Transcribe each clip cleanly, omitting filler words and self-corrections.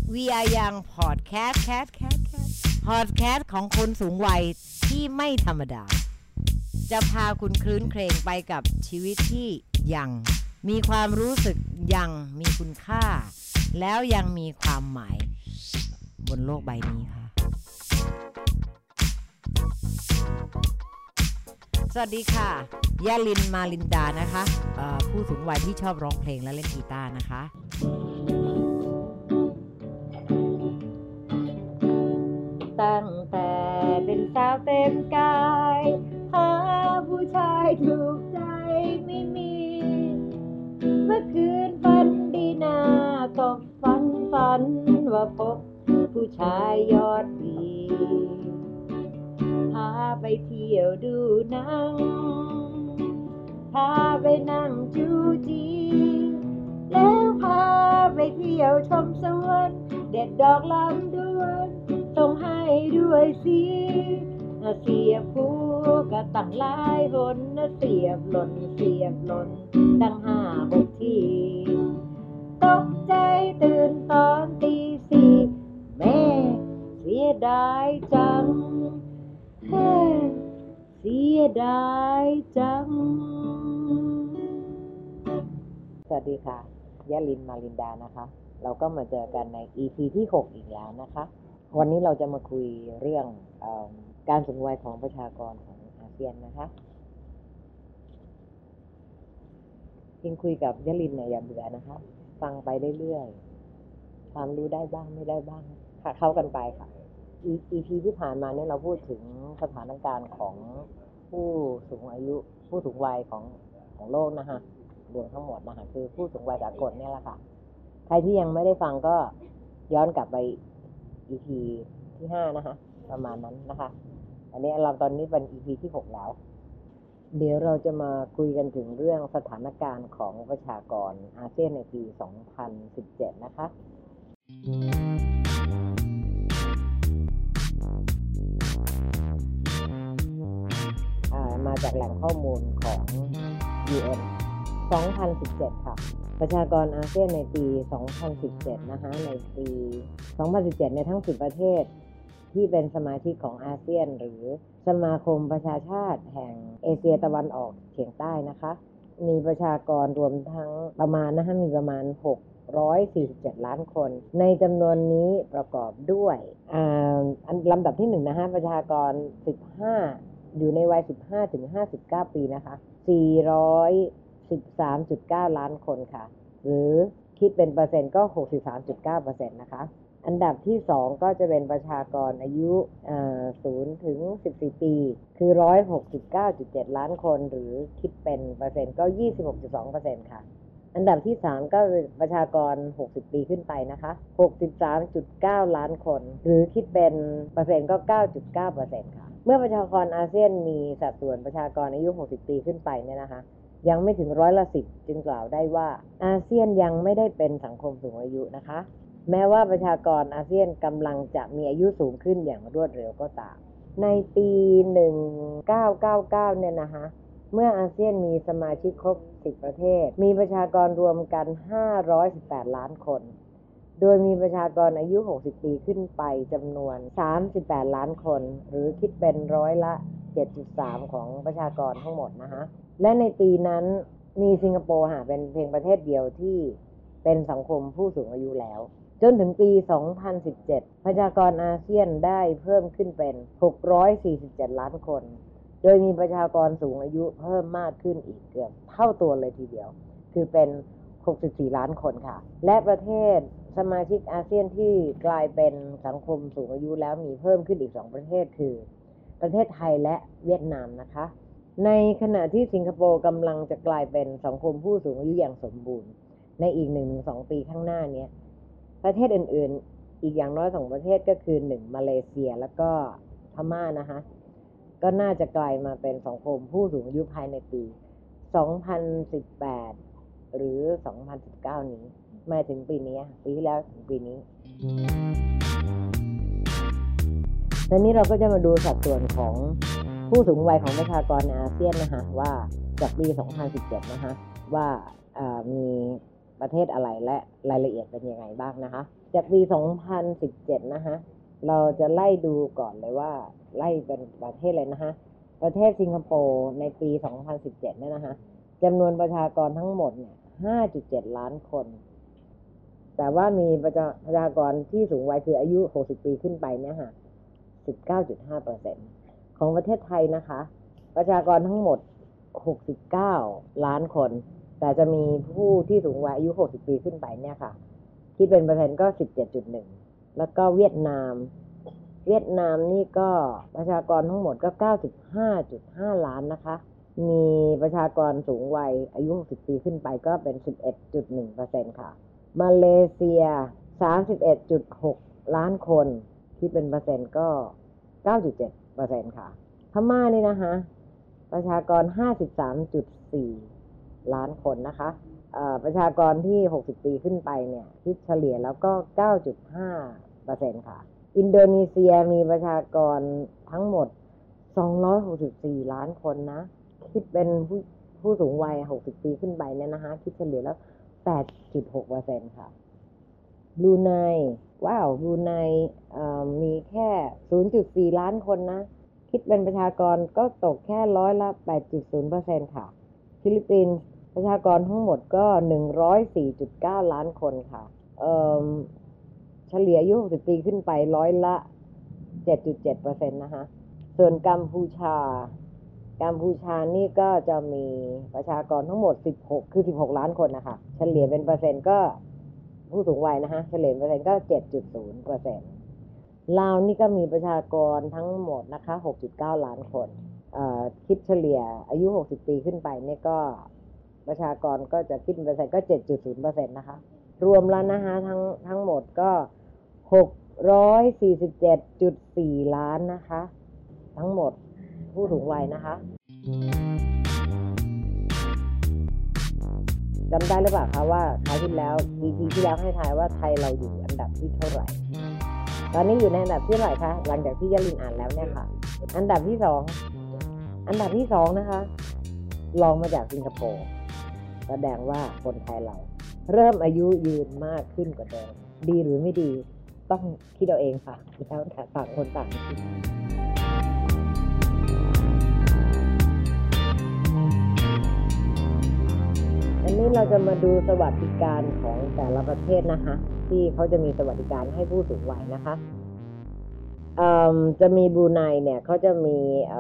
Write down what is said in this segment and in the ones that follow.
We Are Young Podcast พอดแคสต์ของคนสูงวัยที่ไม่ธรรมดาจะพาคุณคลื้นเครงไปกับชีวิตที่ยังมีความรู้สึกยังมีคุณค่าแล้วยังมีความหมายบนโลกใบนี้ค่ะสวัสดีค่ะยาลินมาลินดานะคะผู้สูงวัยที่ชอบร้องเพลงและเล่นกีตาร์นะคะตั้งแต่เป็นสาวเต็มกายหาผู้ชายถูกใจไม่มีเมื่อคืนฝันดีนาก็ฝันว่าพบผู้ชายยอดดีพาไปเที่ยวดูหนังพาไปนั่งจูจีแล้วพาไปเที่ยวชมสวนเด็ดดอกลำดวนต้องให้ด้วยสิเสียบหูก็ตั้งหลายหนเสียบหล่นตั้ง5-6 ทีตกใจตื่นตอนตี 4แม่เสียดายจังเสียดายจังสวัสดีค่ะยะลินมาลินดานะคะเราก็มาเจอกันใน EP ที่6อีกแล้วนะคะวันนี้เราจะมาคุยเรื่องการสูงวัยของประชากรของอาเซียนนะคะจริงคุยกับยะลินเนี่ยอย่าเบื่อนะคะฟังไปเรื่อยๆความรู้ได้บ้างไม่ได้บ้างค่ะเข้ากันไปค่ะ EP ที่ผ่านมาเนี่ยเราพูดถึงสถานการณ์ของผู้สูงอายุผู้สูงวัยของโลกนะคะรวมทั้งหมดนะคะคือผู้สูงวัยสากลเนี่ยแหละค่ะใครที่ยังไม่ได้ฟังก็ย้อนกลับไป EP ที่5นะคะประมาณนั้นนะคะอันนี้เราตอนนี้เป็น EP ที่6แล้วเดี๋ยวเราจะมาคุยกันถึงเรื่องสถานการณ์ของประชากรอาเซียนในปี 2017 นะคะมาจากแหล่งข้อมูลของ UN 2017 ค่ะประชากรอาเซียนในปี 2017 นะคะในปี 2017 ในทั้ง10ประเทศที่เป็นสมาชิกของอาเซียนหรือสมาคมประชาชาติแห่งเอเชียตะวันออกเฉียงใต้นะคะมีประชากรรวมทั้งประมาณมีประมาณ647 ล้านคนในจำนวนนี้ประกอบด้วยลำดับที่1นะคะประชากร15อยู่ในวัย 15-59 ปีนะคะ 413.9 ล้านคนค่ะหรือคิดเป็นเปอร์เซ็นต์ก็ 63.9% นะคะอันดับที่2ก็จะเป็นประชากรอายุ0-14 ปีคือ 169.7 ล้านคนหรือคิดเป็นเปอร์เซ็นต์ก็ 26.2% ค่ะอันดับที่3ก็ประชากร60ปีขึ้นไปนะคะ 63.9 ล้านคนหรือคิดเป็นเปอร์เซ็นต์ก็ 9.9% ค่ะเมื่อประชากรอาเซียนมีสัดส่วนประชากรอายุ60ปีขึ้นไปเนี่ยนะคะยังไม่ถึง10%จึงกล่าวได้ว่าอาเซียนยังไม่ได้เป็นสังคมสูงอายุนะคะแม้ว่าประชากรอาเซียนกำลังจะมีอายุสูงขึ้นอย่างรวดเร็วก็ตามในปี1999เนี่ยนะคะเมื่ออาเซียนมีสมาชิกครบ10ประเทศมีประชากรรวมกัน518ล้านคนโดยมีประชากรอายุ60ปีขึ้นไปจำนวน38ล้านคนหรือคิดเป็น7.3% ของประชากรทั้งหมดนะคะและในปีนั้นมีสิงคโปร์เป็นเพียงประเทศเดียวที่เป็นสังคมผู้สูงอายุแล้วจนถึงปี 2017 ประชากรอาเซียนได้เพิ่มขึ้นเป็น647ล้านคนโดยมีประชากรสูงอายุเพิ่มมากขึ้นอีกเกือบเท่าตัวเลยทีเดียวคือเป็น64ล้านคนค่ะและประเทศสมาชิกอาเซียนที่กลายเป็นสังคมสูงอายุแล้วมีเพิ่มขึ้นอีก2ประเทศคือประเทศไทยและเวียดนามนะคะในขณะที่สิงคโปร์กำลังจะกลายเป็นสังคมผู้สูงอายุอย่างสมบูรณ์ในอีก 1-2 ปีข้างหน้านี้ประเทศอื่นๆอีกอย่างน้อย2ประเทศก็คือ1มาเลเซียแล้วก็พม่านะคะก็น่าจะกลายมาเป็นสังคมผู้สูงอายุภายในปี 2018 หรือ 2019 นี้มาถึงปีนี้ปีที่แล้วถึงปีนี้ตอนนี้เราก็จะมาดูสัดส่วนของผู้สูงวัยของประชากรในอาเซียนนะคะว่าจากปี 2017 นะคะว่ามีประเทศอะไรและรายละเอียดเป็นยังไงบ้างนะคะจากปี 2017 นะคะเราจะไล่ดูก่อนเลยว่าไล่เป็นประเทศเลยนะคะประเทศสิงคโปร์ในปี 2017 เนี่ยนะคะจำนวนประชากรทั้งหมดเนี่ย 5.7 ล้านคนแต่ว่ามีประชากรที่สูงวัยคืออายุ 60 ปีขึ้นไปเนี่ยค่ะ 19.5% ของประเทศไทยนะคะประชากรทั้งหมด 69 ล้านคนแต่จะมีผู้ที่สูงวัยอายุ 60 ปีขึ้นไปเนี่ยค่ะคิดเป็นเปอร์เซ็นต์ก็ 17.1 แล้วก็เวียดนามนี่ก็ประชากรทั้งหมดก็ 95.5 ล้านนะคะมีประชากรสูงวัยอายุ 60 ปีขึ้นไปก็เป็น 11.1% ค่ะมาเลเซีย 31.6 ล้านคนคิดเป็นเปอร์เซ็นต์ก็ 9.7% ค่ะพม่านี่นะคะประชากร 53.4 ล้านคนนะคะประชากรที่ 60 ปีขึ้นไปเนี่ยคิดเฉลี่ยแล้วก็ 9.5% ค่ะอินโดนีเซียมีประชากรทั้งหมด 264 ล้านคนนะคิดเป็นผู้สูงวัย 60 ปีขึ้นไปเนี่ยนะคะคิดเฉลี่ยแล้ว 8.6% ค่ะบรูไนบรูไนมีแค่ 0.4 ล้านคนนะคิดเป็นประชากรก็ตกแค่ร้อยละ 8.0% ค่ะฟิลิปปินส์ประชากรทั้งหมดก็ 104.9 ล้านคนค่ะเฉลี่ยอายุ 60 ปีขึ้นไปร้อยละ 7.7% นะคะส่วนกัมพูชานี่ก็จะมีประชากรทั้งหมด16 ล้านคนนะคะเฉลี่ยเป็นเปอร์เซ็นต์ก็ผู้สูงวัยนะคะเฉลี่ยเปอร์เซ็นต์ก็ 7.0% ลาวนี่ก็มีประชากรทั้งหมดนะคะ 6.9 ล้านคนคิดเฉลี่ยอายุ 60 ปีขึ้นไปนี่ก็ประชากรก็จะคิดเป็นเปอร์เซ็นต์ก็ 7.0% นะคะรวมแล้วนะคะทั้งหมดก็647.4 ล้านนะคะทั้งหมดผู้สูงวัยนะคะจำได้หรือเปล่าคะว่าคราวที่แล้ว EP ที่แล้วให้ทายว่าไทยเราอยู่อันดับที่เท่าไหร่ตอนนี้อยู่ในอันดับที่เท่าไหร่คะหลังจากที่ยลินอ่านแล้วเนี่ยค่ะอันดับที่2นะคะรองมาจากสิงคโปร์แสดงว่าคนไทยเราเริ่มอายุยืนมากขึ้นกว่าเดิมดีหรือไม่ดีต้องคิดเอาเองค่ะแล้วแต่ต่างคนต่างคิดอันนี้เราจะมาดูสวัสดิการของแต่ละประเทศนะคะที่เขาจะมีสวัสดิการให้ผู้สูงวัยนะคะจะมีบรูไนเนี่ยเขาจะมี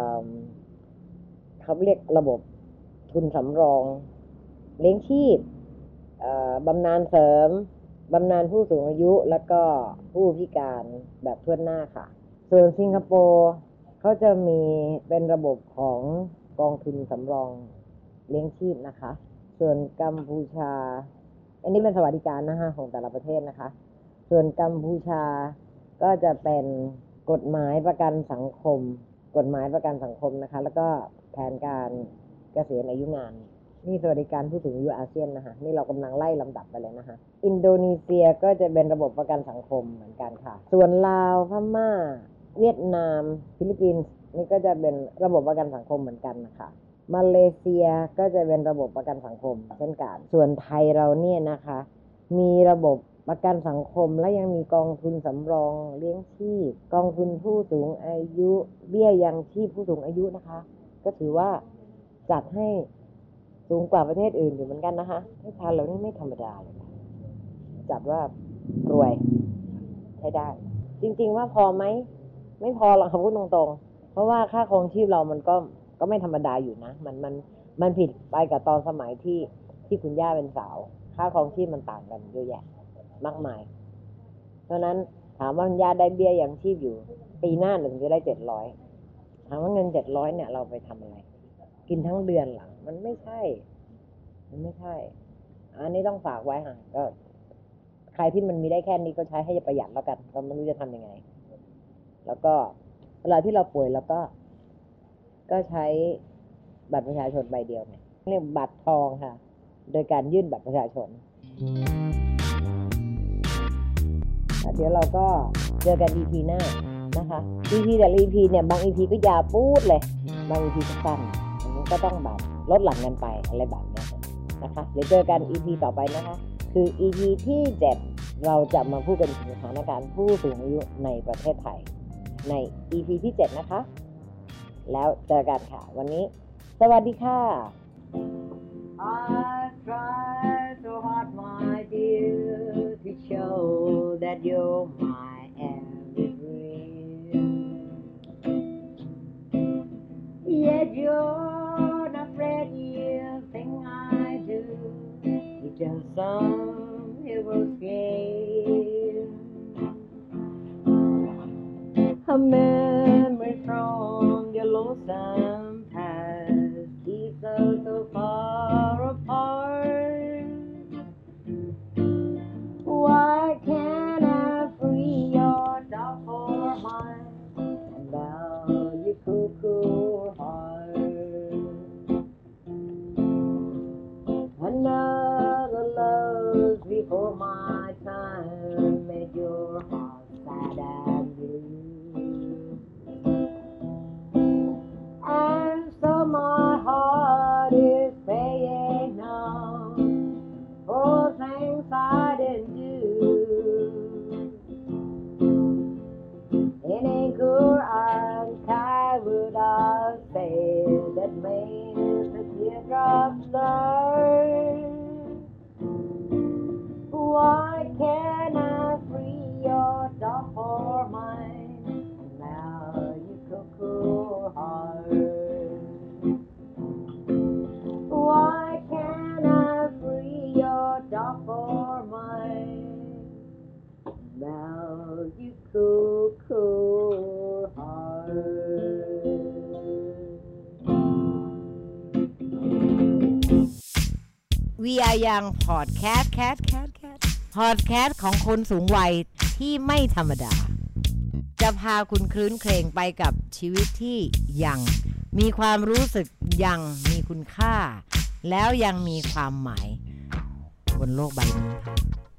เขาเรียกระบบทุนสำรองเลี้ยงชีพบำนาญเสริมบำนาญผู้สูงอายุแล้วก็ผู้พิการแบบทั่วหน้าค่ะส่วนสิงคโปร์เขาจะมีเป็นระบบของกองทุนสำรองเลี้ยงชีพนะคะส่วนกัมพูชาอันนี้เป็นสวัสดิการนะคะของแต่ละประเทศนะคะส่วนกัมพูชาก็จะเป็นกฎหมายประกันสังคมนะคะแล้วก็แผนการเกษียณอายุงานนี่สวัสดิการผู้สูงอายุอาเซียนนะคะนี่เรากำลังไล่ลำดับไปเลยนะคะอินโดนีเซียก็จะเป็นระบบประกันสังคมเหมือนกันค่ะส่วนลาวพม่าเวียดนามฟิลิปปินส์นี่ก็จะเป็นระบบประกันสังคมเหมือนกันนะคะมาเลเซียก็จะเป็นระบบประกันสังคมเช่นกันส่วนไทยเราเนี่ยนะคะมีระบบประกันสังคมและยังมีกองทุนสำรองเลี้ยงชีพกองทุนผู้สูงอายุเบี้ยยังชีพผู้สูงอายุนะคะก็ถือว่าจัดให้สูงกว่าประเทศอื่นอยู่เหมือนกันนะคะประเทศไทยเรานี่ไม่ธรรมดาเลยจัดว่ารวยใช้ได้จริงๆว่าพอไหมไม่พอหรอกค่ะพูดตรงๆเพราะว่าค่าครองชีพเรามันก็ไม่ธรรมดาอยู่นะมันผิดไปกับตอนสมัยที่คุณย่าเป็นสาวค่าครองชีพมันต่างกันเยอะแยะมากมายเพราะนั้นถามว่าคุณย่าได้เบี้ยยังชีพอยู่ปีหน้าหนึ่งจะได้700ถามว่าเงิน700เนี่ยเราไปทำอะไรกินทั้งเดือนหลังมันไม่ใช่อันนี้ต้องฝากไว้ค่ะก็ใครที่มันมีได้แค่นี้ก็ใช้ให้ประหยัดแล้วกันเราไม่รู้จะทำยังไงแล้วก็เวลาที่เราป่วยแล้วก็ใช้บัตรประชาชนใบเดียวไงเรียกบัตรทองค่ะโดยการยื่นบัตรประชาชนเดี๋ยวเราก็เจอกัน EP หน้านะคะ EP แต่ละ EP เนี่ยบาง EP ก็ยาวปูดเลยบาง EP ก็สั้นก็ต้องแบบลดหลั่นกันไปอะไรแบบนี้นะคะเดี๋ยวเจอกัน EP ต่อไปนะคะคือ EP ที่ 7 เราจะมาพูดกันถึงสถานการณ์ผู้สูงอายุในประเทศไทยใน EP ที่ 7 นะคะแล้วเจอกันค่ะวันนี้สวัสดีค่ะ I try so hard my dear to show that you're my everything yet you're not ready everything I do it's just some evil game a memory from your lonesome past keeps us so far apart. Why can't I free your dark for mine and melt your cool heart? Another love before my time made your heart sad and blue. And so my heart is paying now for things I didn't do. In anger and kind would I say that made the teardrops start. Why can't I free your dark for mine and now you cool heart? Why can't I free your dark for mine now you cool heart? We are Young Podcast พอดแคสต์ของคนสูงวัยที่ไม่ธรรมดาจะพาคุณคลื้นเครงไปกับชีวิตที่ยังมีความรู้สึกยังมีคุณค่าแล้วยังมีความหมายบนโลกใบนี้ค่ะ